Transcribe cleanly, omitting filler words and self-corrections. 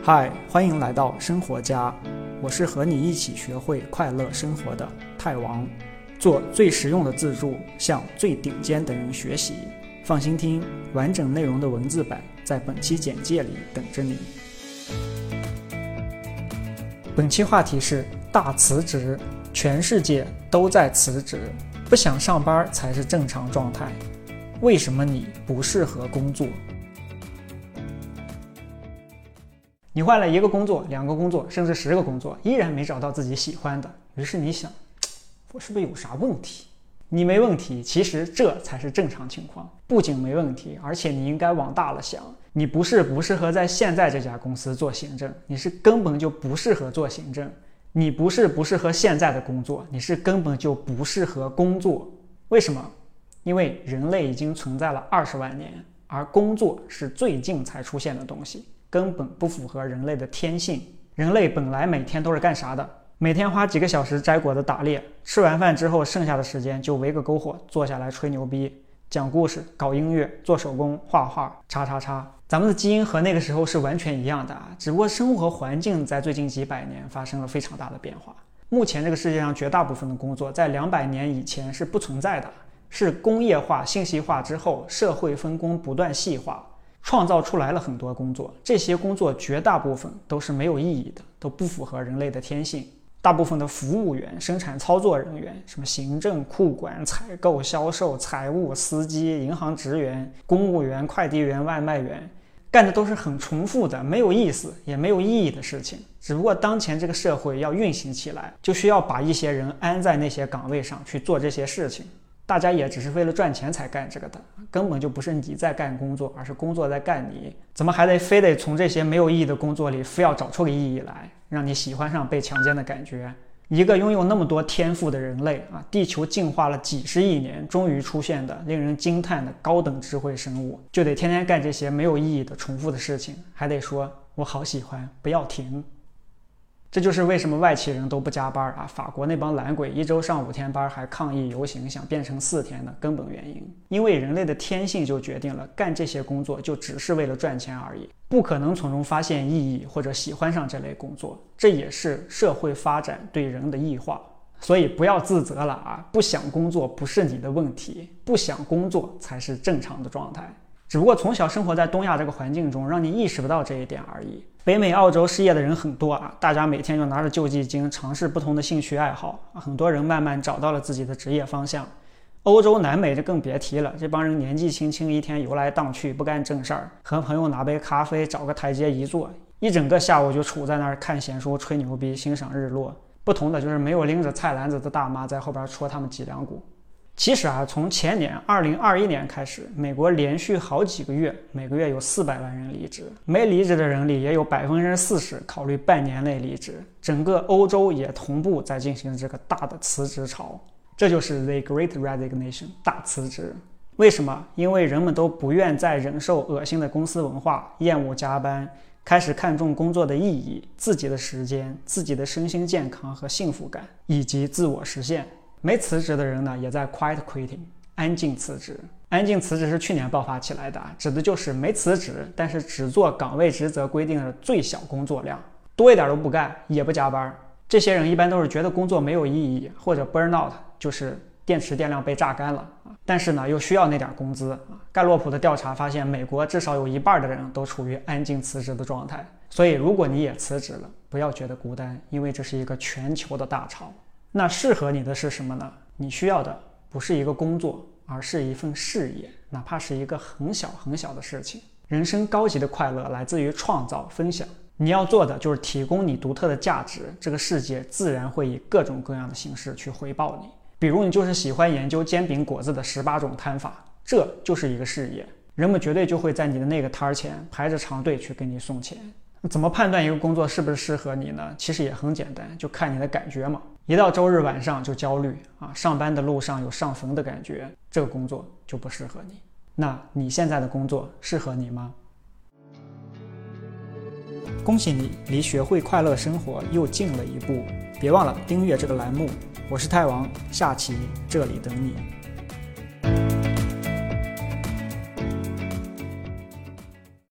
嗨，欢迎来到生活家，我是和你一起学会快乐生活的泰王，做最实用的自助，向最顶尖的人学习。放心听，完整内容的文字版在本期简介里等着你。本期话题是大辞职，全世界都在辞职，不想上班才是正常状态。为什么你不适合工作？你换了一个工作、2个工作，甚至10个工作，依然没找到自己喜欢的。于是你想，我是不是有啥问题？你没问题，其实这才是正常情况。不仅没问题，而且你应该往大了想。你不适合在现在这家公司做行政，你是根本就不适合做行政。你不适合现在的工作，你是根本就不适合工作。为什么？因为人类已经存在了20万年，而工作是最近才出现的东西，根本不符合人类的天性。人类本来每天都是干啥的？每天花几个小时摘果子打猎，吃完饭之后剩下的时间就围个篝火，坐下来吹牛逼，讲故事，搞音乐，做手工，画画，叉。咱们的基因和那个时候是完全一样的，只不过生活环境在最近几百年发生了非常大的变化。目前这个世界上绝大部分的工作在200年以前是不存在的，是工业化、信息化之后，社会分工不断细化，创造出来了很多工作。这些工作绝大部分都是没有意义的，都不符合人类的天性。大部分的服务员、生产操作人员，什么行政、库管、采购、销售、财务、司机、银行职员、公务员、快递员、外卖员，干的都是很重复的、没有意思也没有意义的事情。只不过当前这个社会要运行起来，就需要把一些人安在那些岗位上去做这些事情。大家也只是为了赚钱才干这个的，根本就不是你在干工作，而是工作在干你。怎么还非得从这些没有意义的工作里非要找出个意义来，让你喜欢上被强奸的感觉？一个拥有那么多天赋的人类地球进化了几十亿年，终于出现的令人惊叹的高等智慧生物，就得天天干这些没有意义的重复的事情，还得说我好喜欢，不要停。这就是为什么外企人都不加班法国那帮懒鬼1周上5天班还抗议游行想变成4天的根本原因。因为人类的天性就决定了干这些工作就只是为了赚钱而已，不可能从中发现意义或者喜欢上这类工作，这也是社会发展对人的异化。所以不要自责了不想工作不是你的问题，不想工作才是正常的状态。只不过从小生活在东亚这个环境中，让你意识不到这一点而已。北美、澳洲失业的人很多大家每天就拿着救济金尝试不同的兴趣爱好很多人慢慢找到了自己的职业方向。欧洲、南美就更别提了，这帮人年纪轻轻，一天游来荡去，不干正事儿，和朋友拿杯咖啡，找个台阶一坐，一整个下午就杵在那儿看闲书、吹牛逼、欣赏日落。不同的就是没有拎着菜篮子的大妈在后边戳他们脊梁骨。其实从前年2021年开始，美国连续好几个月，每个月有400万人离职，没离职的人里也有40%考虑半年内离职。整个欧洲也同步在进行这个大的辞职潮，这就是 The Great Resignation 大辞职。为什么？因为人们都不愿再忍受恶心的公司文化，厌恶加班，开始看重工作的意义、自己的时间、自己的身心健康和幸福感，以及自我实现。没辞职的人呢，也在 quiet quitting 安静辞职。安静辞职是去年爆发起来的，指的就是没辞职，但是只做岗位职责规定的最小工作量，多一点都不干，也不加班。这些人一般都是觉得工作没有意义，或者 burnout 就是电池电量被榨干了但是呢又需要那点工资盖洛普的调查发现，美国至少有1半的人都处于安静辞职的状态。所以如果你也辞职了，不要觉得孤单，因为这是一个全球的大潮。那适合你的是什么呢？你需要的不是一个工作，而是一份事业，哪怕是一个很小很小的事情。人生高级的快乐来自于创造、分享。你要做的就是提供你独特的价值，这个世界自然会以各种各样的形式去回报你。比如你就是喜欢研究煎饼果子的18种摊法，这就是一个事业，人们绝对就会在你的那个摊前排着长队去给你送钱。怎么判断一个工作是不是适合你呢？其实也很简单，就看你的感觉嘛。一到周日晚上就焦虑上班的路上有上坟的感觉，这个工作就不适合你。那你现在的工作适合你吗？恭喜你离学会快乐生活又近了一步，别忘了订阅这个栏目。我是泰王，下期这里等你。